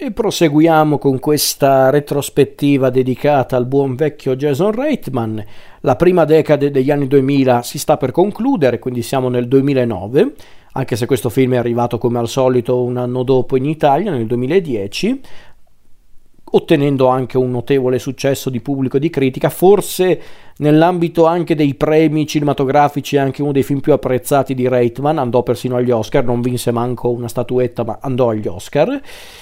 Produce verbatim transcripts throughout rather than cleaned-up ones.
E proseguiamo con questa retrospettiva dedicata al buon vecchio Jason Reitman. La prima decade degli anni duemila si sta per concludere, quindi siamo nel duemilanove, anche se questo film è arrivato come al solito un anno dopo in Italia, nel duemiladieci, ottenendo anche un notevole successo di pubblico e di critica, forse nell'ambito anche dei premi cinematografici anche uno dei film più apprezzati di Reitman, andò persino agli Oscar, non vinse manco una statuetta ma andò agli Oscar.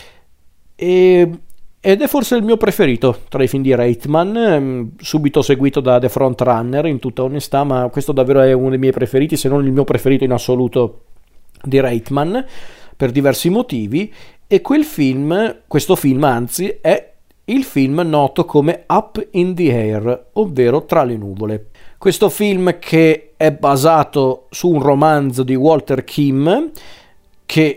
E, ed è forse il mio preferito tra i film di Reitman, subito seguito da The Front Runner in tutta onestà, ma questo davvero è uno dei miei preferiti, se non il mio preferito in assoluto di Reitman, per diversi motivi. E quel film, questo film anzi, è il film noto come Up in the Air, ovvero Tra le nuvole. Questo film che è basato su un romanzo di Walter Kim che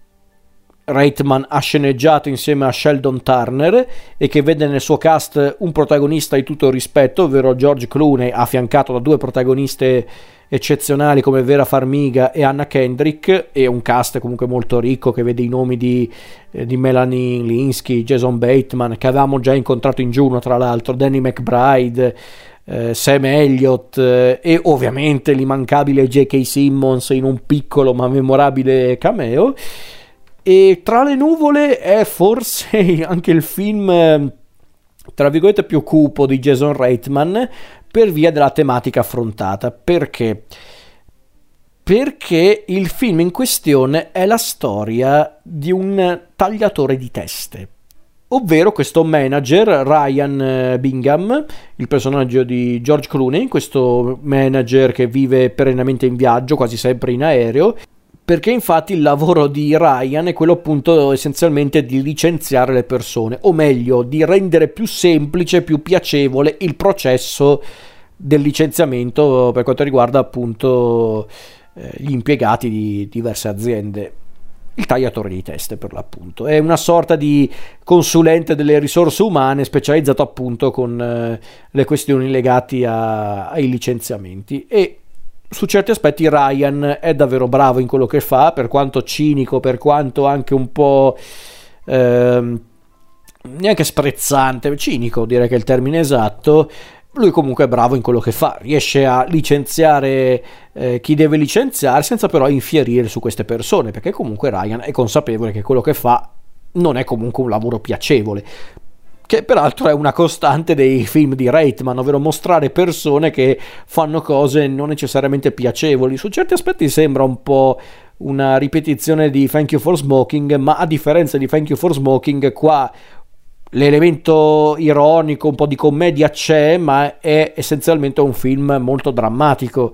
Reitman ha sceneggiato insieme a Sheldon Turner e che vede nel suo cast un protagonista di tutto rispetto, ovvero George Clooney, affiancato da due protagoniste eccezionali come Vera Farmiga e Anna Kendrick, e un cast comunque molto ricco che vede i nomi di, eh, di Melanie Linsky, Jason Bateman, che avevamo già incontrato in Juno tra l'altro, Danny McBride, eh, Sam Elliott eh, e ovviamente l'immancabile J K. Simmons in un piccolo ma memorabile cameo. E Tra le nuvole è forse anche il film tra virgolette più cupo di Jason Reitman per via della tematica affrontata. Perché? Perché il film in questione è la storia di un tagliatore di teste, ovvero questo manager Ryan Bingham, il personaggio di George Clooney, questo manager che vive perennemente in viaggio, quasi sempre in aereo, perché infatti il lavoro di Ryan è quello appunto essenzialmente di licenziare le persone, o meglio di rendere più semplice, più piacevole il processo del licenziamento per quanto riguarda appunto eh, gli impiegati di diverse aziende. Il tagliatore di teste per l'appunto è una sorta di consulente delle risorse umane specializzato appunto con eh, le questioni legate a, ai licenziamenti, e su certi aspetti Ryan è davvero bravo in quello che fa, per quanto cinico, per quanto anche un po' ehm, neanche sprezzante, cinico direi che è il termine esatto. Lui comunque è bravo in quello che fa, riesce a licenziare eh, chi deve licenziare senza però infierire su queste persone, perché comunque Ryan è consapevole che quello che fa non è comunque un lavoro piacevole, che peraltro è una costante dei film di Reitman, ovvero mostrare persone che fanno cose non necessariamente piacevoli. Su certi aspetti sembra un po' una ripetizione di Thank You for Smoking, ma a differenza di Thank You for Smoking qua l'elemento ironico, un po' di commedia c'è, ma è essenzialmente un film molto drammatico,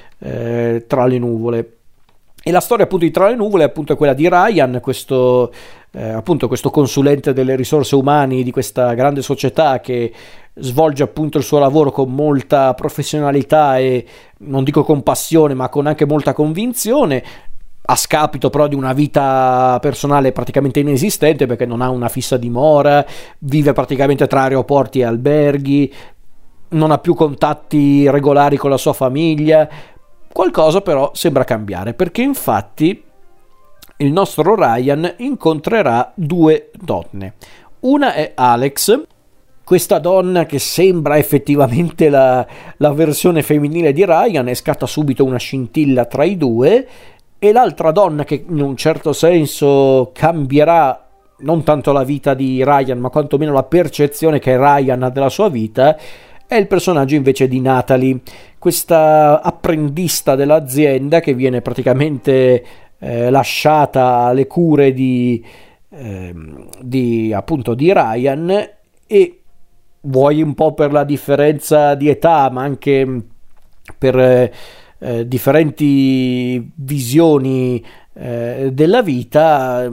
eh, Tra le nuvole. E la storia appunto di Tra le nuvole è appunto quella di Ryan, questo eh, appunto questo consulente delle risorse umane di questa grande società che svolge appunto il suo lavoro con molta professionalità e non dico con passione, ma con anche molta convinzione, a scapito però di una vita personale praticamente inesistente, perché non ha una fissa dimora, vive praticamente tra aeroporti e alberghi, non ha più contatti regolari con la sua famiglia. Qualcosa però sembra cambiare, perché infatti il nostro Ryan incontrerà due donne. Una è Alex, questa donna che sembra effettivamente la, la versione femminile di Ryan, e scatta subito una scintilla tra i due. E l'altra donna che in un certo senso cambierà non tanto la vita di Ryan, ma quantomeno la percezione che Ryan ha della sua vita, è il personaggio invece di Natalie, questa apprendista dell'azienda che viene praticamente eh, lasciata alle cure di, eh, di appunto di Ryan, e vuoi un po' per la differenza di età, ma anche per eh, eh, differenti visioni eh, della vita,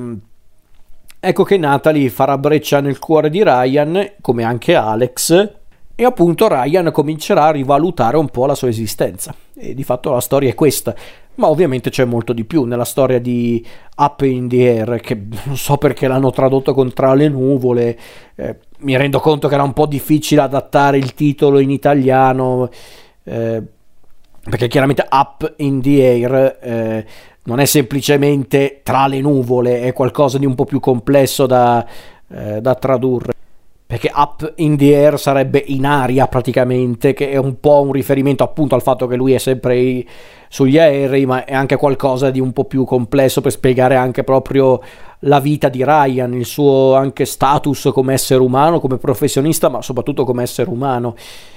ecco che Natalie farà breccia nel cuore di Ryan, come anche Alex. E appunto Ryan comincerà a rivalutare un po' la sua esistenza, e di fatto la storia è questa, ma ovviamente c'è molto di più nella storia di Up in the Air, che non so perché l'hanno tradotto con Tra le nuvole, eh, mi rendo conto che era un po' difficile adattare il titolo in italiano, eh, perché chiaramente Up in the Air eh, non è semplicemente tra le nuvole, è qualcosa di un po' più complesso da, eh, da tradurre. Perché Up in the Air sarebbe in aria praticamente, che è un po' un riferimento appunto al fatto che lui è sempre sugli aerei, ma è anche qualcosa di un po' più complesso per spiegare anche proprio la vita di Ryan, il suo anche status come essere umano, come professionista, ma soprattutto come essere umano.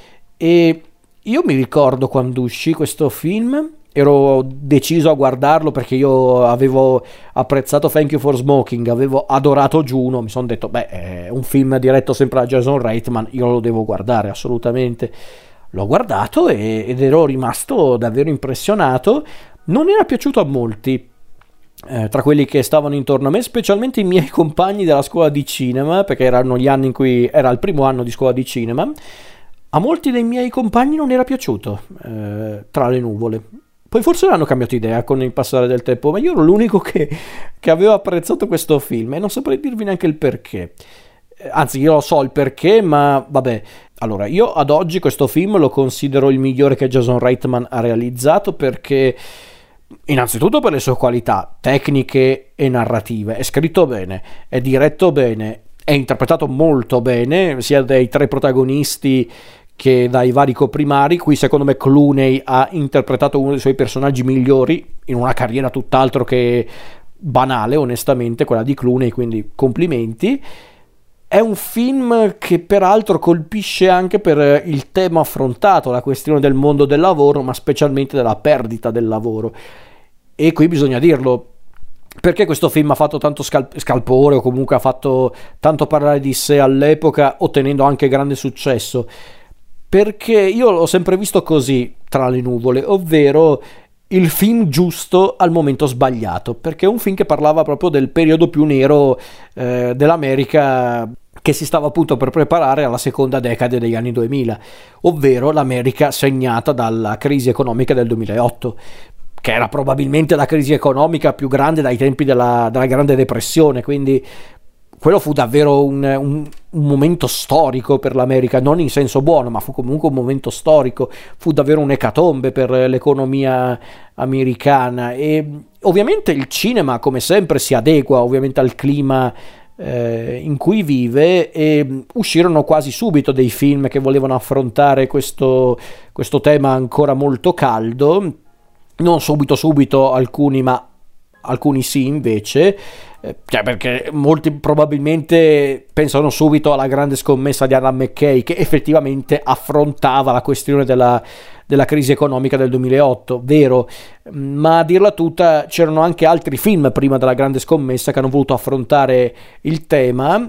E io mi ricordo quando uscì questo film, ero deciso a guardarlo perché io avevo apprezzato Thank You for Smoking, avevo adorato Juno, mi sono detto beh, è un film diretto sempre da Jason Reitman, io lo devo guardare assolutamente. L'ho guardato e, ed ero rimasto davvero impressionato. Non era piaciuto a molti, eh, tra quelli che stavano intorno a me, specialmente i miei compagni della scuola di cinema, perché erano gli anni in cui era il primo anno di scuola di cinema. A molti dei miei compagni non era piaciuto eh, Tra le nuvole. Poi forse hanno cambiato idea con il passare del tempo, ma io ero l'unico che, che aveva apprezzato questo film e non saprei dirvi neanche il perché. Anzi, io lo so il perché, ma vabbè. Allora, io ad oggi questo film lo considero il migliore che Jason Reitman ha realizzato, perché innanzitutto per le sue qualità tecniche e narrative. È scritto bene, è diretto bene, è interpretato molto bene, sia dai tre protagonisti che dai vari coprimari. Qui secondo me Clooney ha interpretato uno dei suoi personaggi migliori in una carriera tutt'altro che banale, onestamente, quella di Clooney, quindi complimenti. È un film che peraltro colpisce anche per il tema affrontato, la questione del mondo del lavoro, ma specialmente della perdita del lavoro. E qui bisogna dirlo, perché questo film ha fatto tanto scal- scalpore, o comunque ha fatto tanto parlare di sé all'epoca, ottenendo anche grande successo. Perché io l'ho sempre visto così, Tra le nuvole, ovvero il film giusto al momento sbagliato, perché è un film che parlava proprio del periodo più nero eh, dell'America, che si stava appunto per preparare alla seconda decade degli anni duemila, ovvero l'America segnata dalla crisi economica del duemilaotto, che era probabilmente la crisi economica più grande dai tempi della, della Grande Depressione, quindi quello fu davvero un, un, un momento storico per l'America, non in senso buono, ma fu comunque un momento storico, fu davvero un'ecatombe per l'economia americana. E ovviamente il cinema, come sempre, si adegua ovviamente al clima eh, in cui vive, e uscirono quasi subito dei film che volevano affrontare questo, questo tema ancora molto caldo, non subito subito alcuni, ma alcuni sì invece, eh, cioè perché molti probabilmente pensano subito alla Grande scommessa di Adam McKay, che effettivamente affrontava la questione della, della crisi economica del duemilaotto, vero, ma a dirla tutta c'erano anche altri film prima della Grande scommessa che hanno voluto affrontare il tema,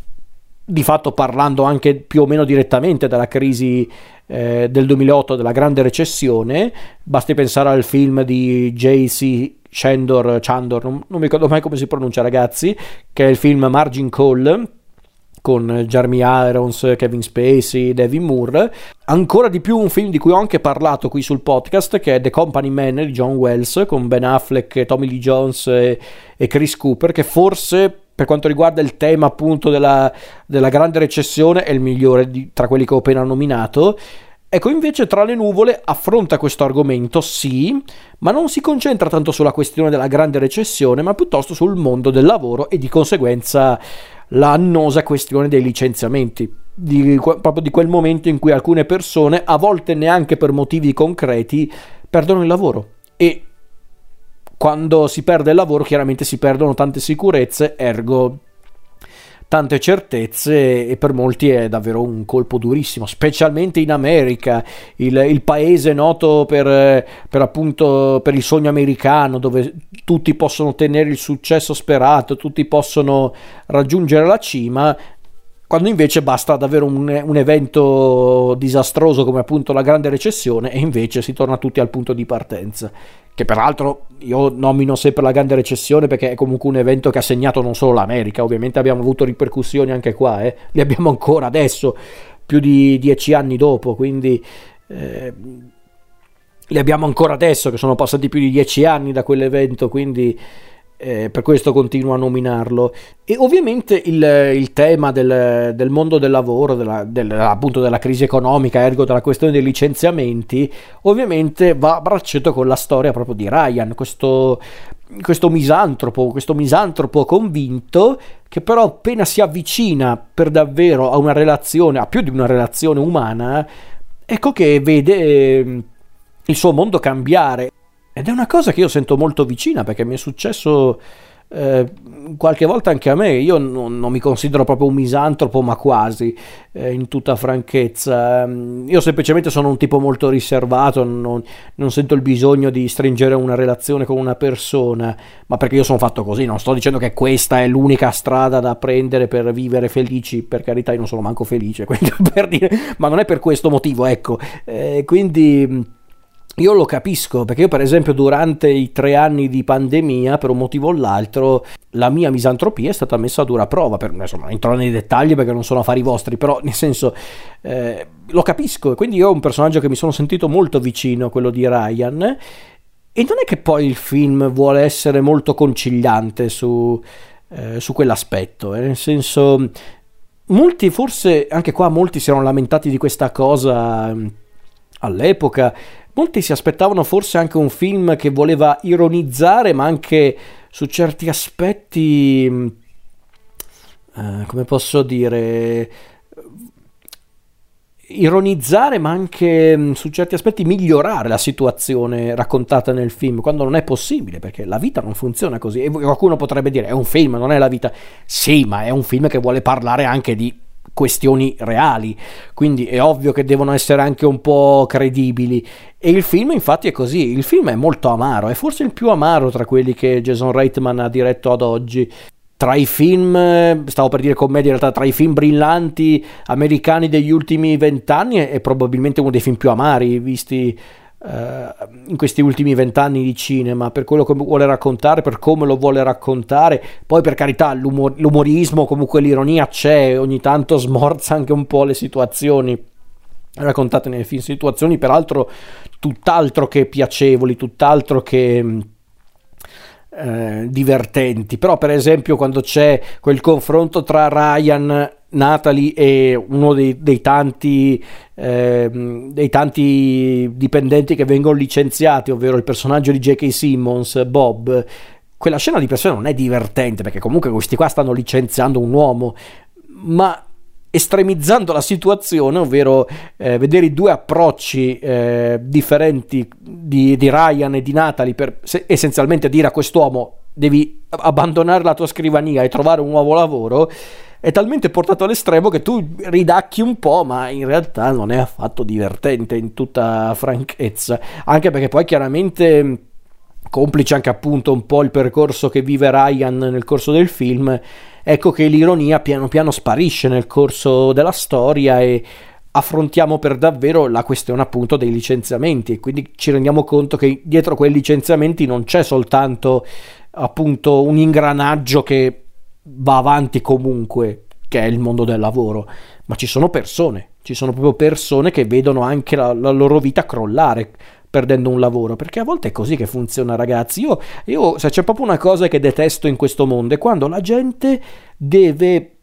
di fatto parlando anche più o meno direttamente della crisi eh, del duemilaotto, della grande recessione. Basti pensare al film di J C Chandor, Chandor non, non mi ricordo mai come si pronuncia, ragazzi, che è il film Margin Call, con Jeremy Irons, Kevin Spacey, Devin Moore. Ancora di più un film di cui ho anche parlato qui sul podcast, che è The Company Man di John Wells, con Ben Affleck, Tommy Lee Jones e, e Chris Cooper, che forse per quanto riguarda il tema appunto della, della grande recessione è il migliore di, tra quelli che ho appena nominato. Ecco, invece Tra le nuvole affronta questo argomento, sì, ma non si concentra tanto sulla questione della grande recessione, ma piuttosto sul mondo del lavoro e di conseguenza la annosa questione dei licenziamenti, di, proprio di quel momento in cui alcune persone, a volte neanche per motivi concreti, perdono il lavoro. E quando si perde il lavoro chiaramente si perdono tante sicurezze, ergo tante certezze, e per molti è davvero un colpo durissimo, specialmente in America, il, il paese noto per, per appunto per il sogno americano, dove tutti possono ottenere il successo sperato, tutti possono raggiungere la cima, quando invece basta davvero un, un evento disastroso come appunto la grande recessione e invece si torna tutti al punto di partenza, che peraltro io nomino sempre la grande recessione perché è comunque un evento che ha segnato non solo l'America, ovviamente abbiamo avuto ripercussioni anche qua, eh. Li abbiamo ancora adesso, più di dieci anni dopo, quindi eh, li abbiamo ancora adesso che sono passati più di dieci anni da quell'evento, quindi eh, per questo continuo a nominarlo. E ovviamente il, il tema del, del mondo del lavoro, della, del, appunto della crisi economica, ergo della questione dei licenziamenti, ovviamente va a braccetto con la storia proprio di Ryan, questo, questo misantropo, questo misantropo convinto, che però appena si avvicina per davvero a una relazione, a più di una relazione umana, ecco che vede eh, il suo mondo cambiare. Ed è una cosa che io sento molto vicina, perché mi è successo eh, qualche volta anche a me. Io non, non mi considero proprio un misantropo, ma quasi, eh, in tutta franchezza. Io semplicemente sono un tipo molto riservato, non, non sento il bisogno di stringere una relazione con una persona, ma perché io sono fatto così. Non sto dicendo che questa è l'unica strada da prendere per vivere felici, per carità, io non sono manco felice, quindi per dire, ma non è per questo motivo, ecco. Eh, quindi... Io lo capisco, perché io per esempio durante i tre anni di pandemia, per un motivo o l'altro, la mia misantropia è stata messa a dura prova. Per, insomma, non entro nei dettagli perché non sono affari vostri, però nel senso eh, lo capisco, e quindi io ho un personaggio che mi sono sentito molto vicino, quello di Ryan, e non è che poi il film vuole essere molto conciliante su, eh, su quell'aspetto, eh, nel senso, molti forse, anche qua molti si erano lamentati di questa cosa eh, all'epoca. Molti si aspettavano forse anche un film che voleva ironizzare, ma anche su certi aspetti, eh, come posso dire, ironizzare, ma anche su certi aspetti migliorare la situazione raccontata nel film, quando non è possibile, perché la vita non funziona così. E qualcuno potrebbe dire, è un film, non è la vita. Sì, ma è un film che vuole parlare anche di questioni reali, quindi è ovvio che devono essere anche un po' credibili, e il film infatti è così. Il film è molto amaro, è forse il più amaro tra quelli che Jason Reitman ha diretto ad oggi. Tra i film, stavo per dire commedia, in realtà tra i film brillanti americani degli ultimi vent'anni è probabilmente uno dei film più amari visti in questi ultimi vent'anni di cinema, per quello che vuole raccontare, per come lo vuole raccontare. Poi per carità l'umor- l'umorismo, comunque l'ironia c'è, ogni tanto smorza anche un po' le situazioni raccontate nel film, situazioni peraltro tutt'altro che piacevoli, tutt'altro che eh, divertenti. Però per esempio quando c'è quel confronto tra Ryan, Natalie e uno dei, dei tanti eh, dei tanti dipendenti che vengono licenziati, ovvero il personaggio di J K. Simmons, Bob, quella scena di per sé non è divertente, perché comunque questi qua stanno licenziando un uomo, ma estremizzando la situazione, ovvero eh, vedere i due approcci eh, differenti di, di Ryan e di Natalie, per se, essenzialmente dire a quest'uomo devi abbandonare la tua scrivania e trovare un nuovo lavoro, è talmente portato all'estremo che tu ridacchi un po', ma in realtà non è affatto divertente, in tutta franchezza, anche perché poi chiaramente, complice anche appunto un po' il percorso che vive Ryan nel corso del film, ecco che l'ironia piano piano sparisce nel corso della storia e affrontiamo per davvero la questione appunto dei licenziamenti, e quindi ci rendiamo conto che dietro quei licenziamenti non c'è soltanto appunto un ingranaggio che va avanti comunque, che è il mondo del lavoro, ma ci sono persone, ci sono proprio persone che vedono anche la, la loro vita crollare perdendo un lavoro, perché a volte è così che funziona, ragazzi. Io, io se c'è proprio una cosa che detesto in questo mondo è quando la gente deve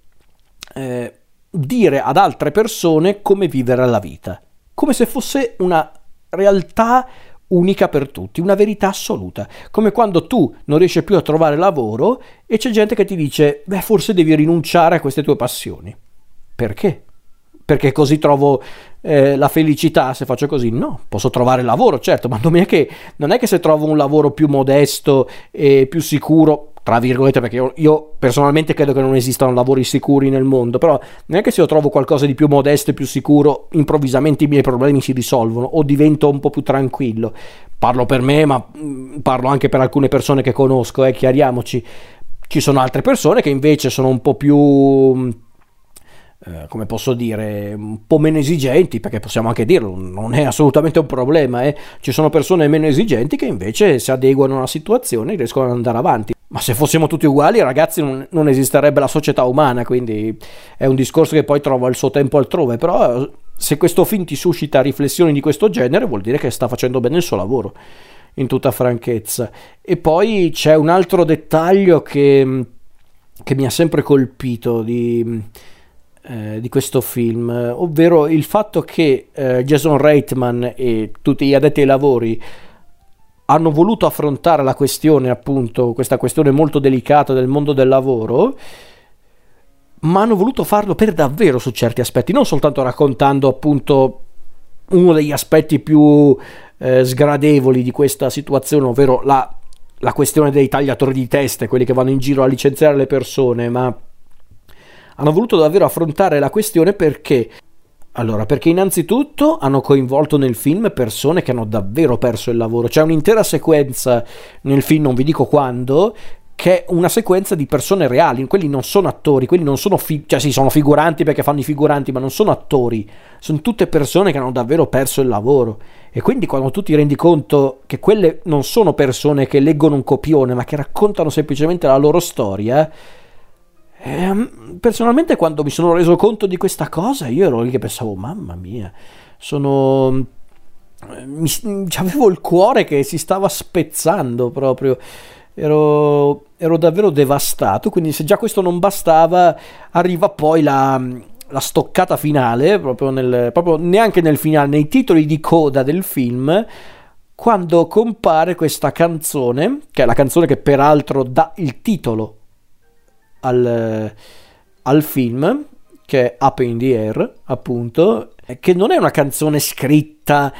eh, dire ad altre persone come vivere la vita, come se fosse una realtà unica per tutti, una verità assoluta, come quando tu non riesci più a trovare lavoro e c'è gente che ti dice beh, forse devi rinunciare a queste tue passioni. Perché? Perché così trovo eh, la felicità se faccio così? No, posso trovare lavoro, certo, ma non è che, non è che se trovo un lavoro più modesto e più sicuro, tra virgolette, perché io, io personalmente credo che non esistano lavori sicuri nel mondo, però non è che se io trovo qualcosa di più modesto e più sicuro improvvisamente i miei problemi si risolvono o divento un po' più tranquillo. Parlo per me, ma parlo anche per alcune persone che conosco, eh, chiariamoci. Ci sono altre persone che invece sono un po' più Eh, come posso dire, un po' meno esigenti, perché possiamo anche dirlo, non è assolutamente un problema, eh. Ci sono persone meno esigenti che invece si adeguano alla situazione e riescono ad andare avanti. Ma se fossimo tutti uguali, ragazzi, non, non esisterebbe la società umana, quindi è un discorso che poi trova il suo tempo altrove. Però se questo film ti suscita riflessioni di questo genere vuol dire che sta facendo bene il suo lavoro. in tutta franchezza. E poi c'è un altro dettaglio che, che mi ha sempre colpito di, eh, di questo film, ovvero il fatto che eh, Jason Reitman e tutti gli addetti ai lavori hanno voluto affrontare la questione, appunto, questa questione molto delicata del mondo del lavoro, ma hanno voluto farlo per davvero su certi aspetti, non soltanto raccontando appunto uno degli aspetti più eh, sgradevoli di questa situazione, ovvero la, la questione dei tagliatori di teste, quelli che vanno in giro a licenziare le persone, ma hanno voluto davvero affrontare la questione perché Allora, perché innanzitutto hanno coinvolto nel film persone che hanno davvero perso il lavoro. C'è un'intera sequenza nel film, non vi dico quando, che è una sequenza di persone reali. Quelli non sono attori, quelli non sono fi- cioè sì, sono figuranti perché fanno i figuranti, ma non sono attori. Sono tutte persone che hanno davvero perso il lavoro. E quindi quando tu ti rendi conto che quelle non sono persone che leggono un copione, ma che raccontano semplicemente la loro storia, Eh, personalmente quando mi sono reso conto di questa cosa io ero lì che pensavo, mamma mia, sono mi, avevo il cuore che si stava spezzando proprio, ero, ero davvero devastato. Quindi se già questo non bastava, arriva poi la, la stoccata finale, proprio, nel, proprio neanche nel finale, nei titoli di coda del film, quando compare questa canzone, che è la canzone che peraltro dà il titolo Al, al film, che è Up in the Air, appunto, che non è una canzone scritta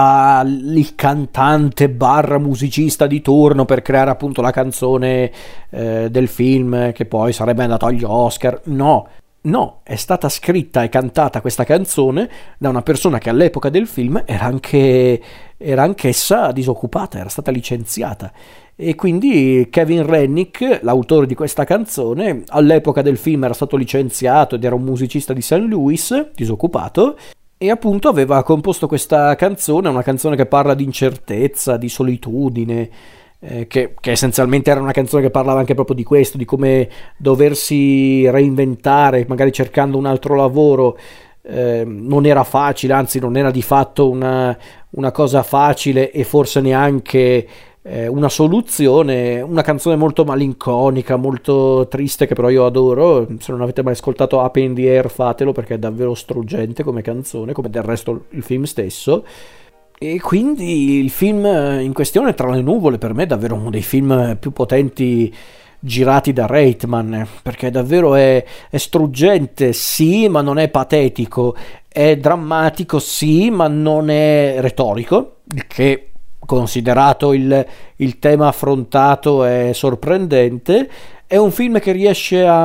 dal cantante barra musicista di turno per creare appunto la canzone eh, del film che poi sarebbe andato agli Oscar. No, no, è stata scritta e cantata questa canzone da una persona che all'epoca del film era anche era anch'essa disoccupata, era stata licenziata. E quindi Kevin Rennick, l'autore di questa canzone, all'epoca del film era stato licenziato ed era un musicista di Saint Louis, disoccupato, e appunto aveva composto questa canzone, una canzone che parla di incertezza, di solitudine, eh, che, che essenzialmente era una canzone che parlava anche proprio di questo, di come doversi reinventare, magari cercando un altro lavoro. Eh, non era facile, anzi non era di fatto una, una cosa facile e forse neanche eh, una soluzione. Una canzone molto malinconica, molto triste, che però io adoro. Se non avete mai ascoltato Up in the Air, fatelo, perché è davvero struggente come canzone, come del resto il film stesso. E quindi il film in questione, Tra le nuvole, per me è davvero uno dei film più potenti girati da Reitman, perché davvero è, è struggente, sì, ma non è patetico, è drammatico, sì, ma non è retorico, il che, considerato il, il tema affrontato, è sorprendente. È un film che riesce a,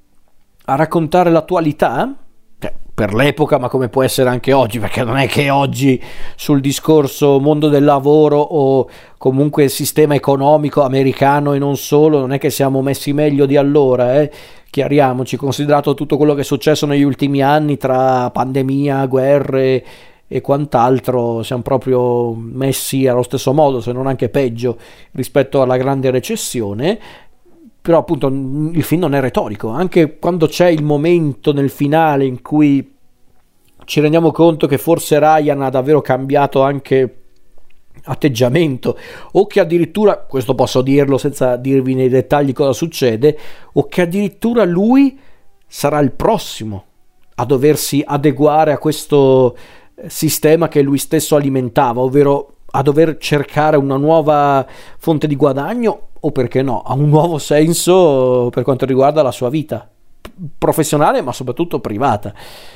a raccontare l'attualità, per l'epoca, ma come può essere anche oggi, perché non è che oggi sul discorso mondo del lavoro o comunque sistema economico americano e non solo, non è che siamo messi meglio di allora, eh? Chiariamoci, considerato tutto quello che è successo negli ultimi anni tra pandemia, guerre e quant'altro, siamo proprio messi allo stesso modo, se non anche peggio rispetto alla grande recessione. Però appunto il film non è retorico, anche quando c'è il momento nel finale in cui ci rendiamo conto che forse Ryan ha davvero cambiato anche atteggiamento, o che addirittura, questo posso dirlo senza dirvi nei dettagli cosa succede, o che addirittura lui sarà il prossimo a doversi adeguare a questo sistema che lui stesso alimentava, ovvero a dover cercare una nuova fonte di guadagno, o perché no, ha un nuovo senso per quanto riguarda la sua vita professionale, ma soprattutto privata.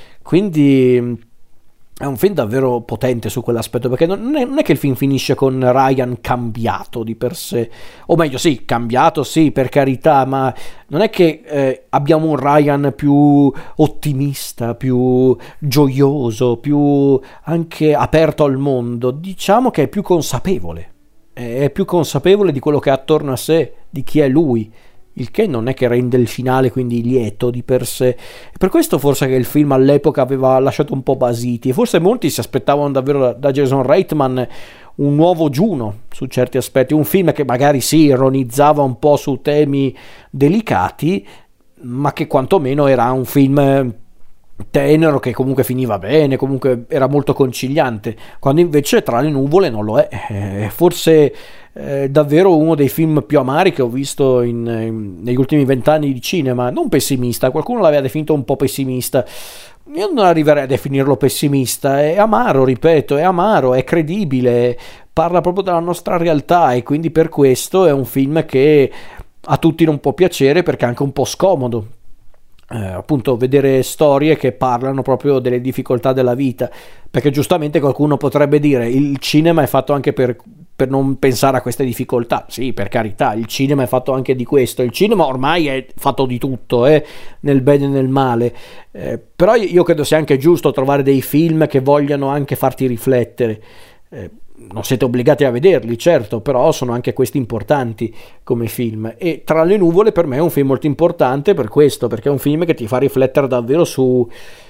Quindi è un film davvero potente su quell'aspetto, perché non è, non è che il film finisce con Ryan cambiato di per sé, o meglio sì, cambiato sì, per carità, ma non è che eh, abbiamo un Ryan più ottimista, più gioioso, più anche aperto al mondo. Diciamo che è più consapevole, è più consapevole di quello che ha attorno a sé, di chi è lui, il che non è che rende il finale quindi lieto di per sé. E per questo forse che il film all'epoca aveva lasciato un po' basiti, e forse molti si aspettavano davvero da, da Jason Reitman un nuovo Juno su certi aspetti, un film che magari sì, ironizzava un po' su temi delicati, ma che quantomeno era un film tenero, che comunque finiva bene, comunque era molto conciliante, quando invece Tra le nuvole non lo è. È forse eh, davvero uno dei film più amari che ho visto in, in, negli ultimi vent'anni di cinema. Non pessimista, qualcuno l'aveva definito un po' pessimista, io non arriverei a definirlo pessimista. È amaro, ripeto, è amaro, è credibile, parla proprio della nostra realtà, e quindi per questo è un film che a tutti non può piacere, perché è anche un po' scomodo. Eh, appunto, vedere storie che parlano proprio delle difficoltà della vita, perché giustamente qualcuno potrebbe dire il cinema è fatto anche per, per non pensare a queste difficoltà. Sì, per carità, il cinema è fatto anche di questo, il cinema ormai è fatto di tutto, eh, nel bene e nel male, eh, però io credo sia anche giusto trovare dei film che vogliano anche farti riflettere. eh, Non siete obbligati a vederli, certo, però sono anche questi importanti come film. E Tra le nuvole per me è un film molto importante per questo, perché è un film che ti fa riflettere davvero su,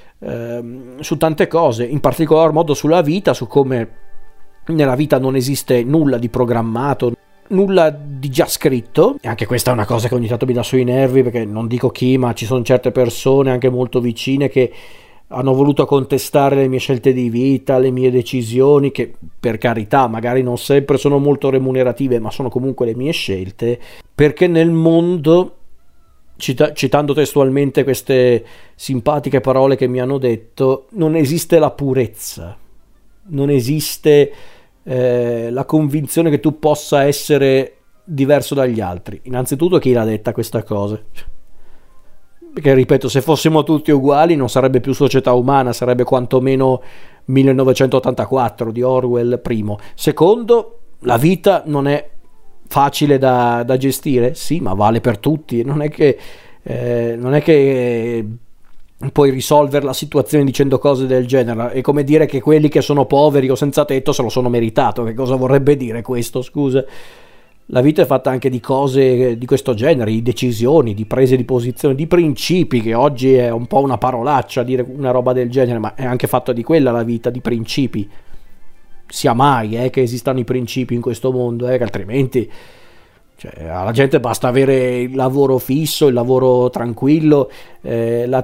ehm, su tante cose, in particolar modo sulla vita, su come nella vita non esiste nulla di programmato, nulla di già scritto. E anche questa è una cosa che ogni tanto mi dà sui nervi, perché non dico chi, ma ci sono certe persone anche molto vicine che hanno voluto contestare le mie scelte di vita, le mie decisioni, che per carità magari non sempre sono molto remunerative, ma sono comunque le mie scelte, perché nel mondo, cita- citando testualmente queste simpatiche parole che mi hanno detto, non esiste la purezza, non esiste eh, la convinzione che tu possa essere diverso dagli altri. Innanzitutto, chi l'ha detta questa cosa? Perché, ripeto, se fossimo tutti uguali non sarebbe più società umana, sarebbe quantomeno millenovecentottantaquattro di Orwell, primo. Secondo, la vita non è facile da, da gestire? Sì, ma vale per tutti. Non è che, eh, non è che puoi risolvere la situazione dicendo cose del genere. È come dire che quelli che sono poveri o senza tetto se lo sono meritato. Che cosa vorrebbe dire questo, scusa? La vita è fatta anche di cose di questo genere, di decisioni, di prese di posizione, di principi, che oggi è un po' una parolaccia dire una roba del genere, ma è anche fatta di quella la vita, di principi. Sia mai eh, che esistano i principi in questo mondo, eh, che altrimenti cioè, alla gente basta avere il lavoro fisso, il lavoro tranquillo, eh, la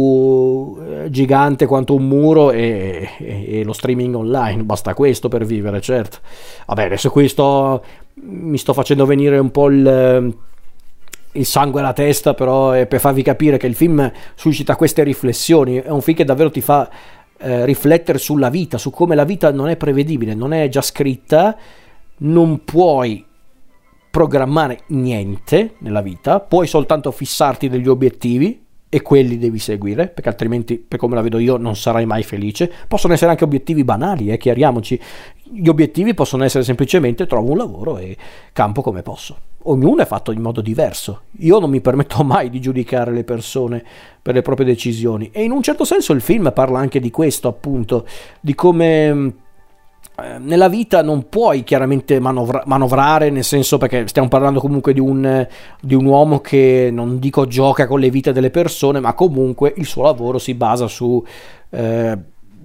tivù gigante quanto un muro e, e, e lo streaming online, basta questo per vivere, certo. Vabbè, adesso qui sto, mi sto facendo venire un po' il, il sangue alla testa, però è per farvi capire che il film suscita queste riflessioni. È un film che davvero ti fa eh, riflettere sulla vita, su come la vita non è prevedibile, non è già scritta, non puoi programmare niente nella vita, puoi soltanto fissarti degli obiettivi e quelli devi seguire, perché altrimenti, per come la vedo io, non sarai mai felice. Possono essere anche obiettivi banali, eh, chiariamoci. Gli obiettivi possono essere semplicemente trovo un lavoro e campo come posso. Ognuno è fatto in modo diverso. Io non mi permetto mai di giudicare le persone per le proprie decisioni, e in un certo senso il film parla anche di questo, appunto, di come nella vita non puoi chiaramente manovra- manovrare, nel senso, perché stiamo parlando comunque di un, di un uomo che, non dico gioca con le vite delle persone, ma comunque il suo lavoro si basa su eh,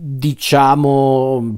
diciamo,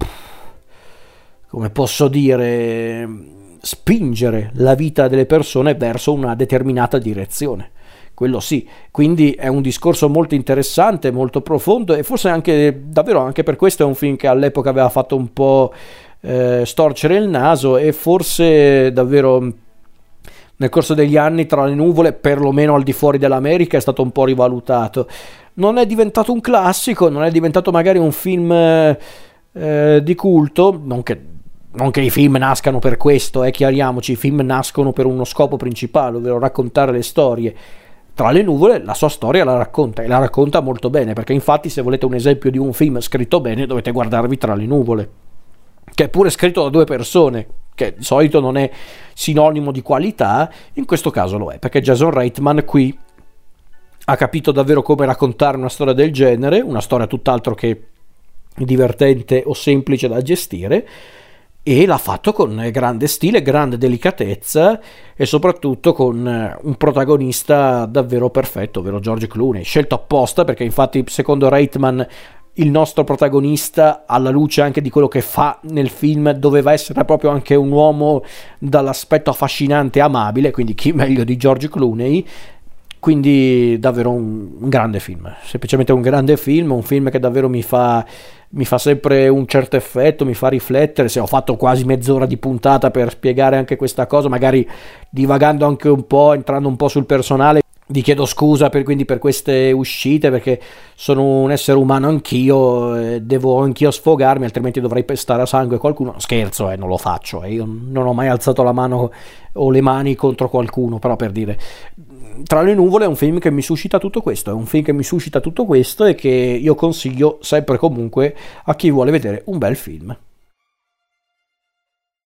come posso dire, spingere la vita delle persone verso una determinata direzione. Quello sì, quindi è un discorso molto interessante, molto profondo, e forse anche, davvero, anche per questo è un film che all'epoca aveva fatto un po' eh, storcere il naso, e forse davvero nel corso degli anni Tra le nuvole, perlomeno al di fuori dell'America, è stato un po' rivalutato. Non è diventato un classico, non è diventato magari un film eh, di culto, non che, non che i film nascano per questo, eh, chiariamoci, i film nascono per uno scopo principale, ovvero raccontare le storie. Tra le nuvole la sua storia la racconta, e la racconta molto bene, perché infatti, se volete un esempio di un film scritto bene, dovete guardarvi Tra le nuvole, che è pure scritto da due persone, che di solito non è sinonimo di qualità. In questo caso lo è, perché Jason Reitman qui ha capito davvero come raccontare una storia del genere, una storia tutt'altro che divertente o semplice da gestire, e l'ha fatto con grande stile, grande delicatezza, e soprattutto con un protagonista davvero perfetto, ovvero George Clooney, scelto apposta perché infatti, secondo Reitman, il nostro protagonista, alla luce anche di quello che fa nel film, doveva essere proprio anche un uomo dall'aspetto affascinante e amabile, quindi chi meglio di George Clooney. Quindi davvero un, un grande film, semplicemente un grande film, un film che davvero mi fa, mi fa sempre un certo effetto, mi fa riflettere. Se ho fatto quasi mezz'ora di puntata per spiegare anche questa cosa, magari divagando anche un po', entrando un po' sul personale, vi chiedo scusa per, quindi per queste uscite, perché sono un essere umano anch'io, eh, devo anch'io sfogarmi, altrimenti dovrei pestare a sangue qualcuno. Scherzo, eh, non lo faccio, eh, io non ho mai alzato la mano o le mani contro qualcuno, però per dire, Tra le nuvole è un film che mi suscita tutto questo, è un film che mi suscita tutto questo e che io consiglio sempre e comunque a chi vuole vedere un bel film.